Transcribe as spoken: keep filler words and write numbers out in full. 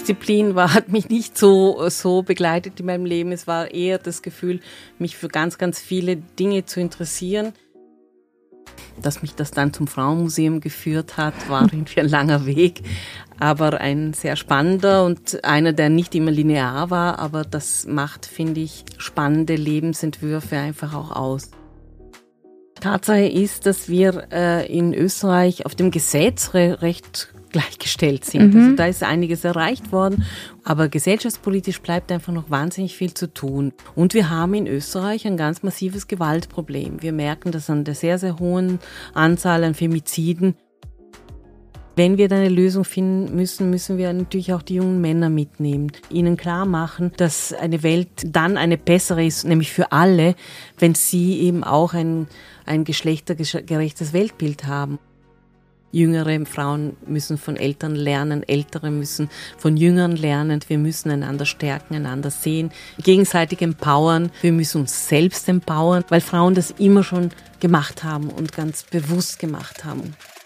Disziplin war, hat mich nicht so, so begleitet in meinem Leben. Es war eher das Gefühl, mich für ganz, ganz viele Dinge zu interessieren. Dass mich das dann zum Frauenmuseum geführt hat, war irgendwie ein langer Weg, aber ein sehr spannender und einer, der nicht immer linear war, aber das macht, finde ich, spannende Lebensentwürfe einfach auch aus. Tatsache ist, dass wir äh, in Österreich auf dem Gesetz re- recht gleichgestellt sind. Mhm. Also da ist einiges erreicht worden, aber gesellschaftspolitisch bleibt einfach noch wahnsinnig viel zu tun. Und wir haben in Österreich ein ganz massives Gewaltproblem. Wir merken das an der sehr, sehr hohen Anzahl an Femiziden. Wenn wir da eine Lösung finden müssen, müssen wir natürlich auch die jungen Männer mitnehmen, ihnen klar machen, dass eine Welt dann eine bessere ist, nämlich für alle, wenn sie eben auch ein, ein geschlechtergerechtes Weltbild haben. Jüngere Frauen müssen von Eltern lernen, Ältere müssen von Jüngern lernen. Wir müssen einander stärken, einander sehen, gegenseitig empowern. Wir müssen uns selbst empowern, weil Frauen das immer schon gemacht haben und ganz bewusst gemacht haben.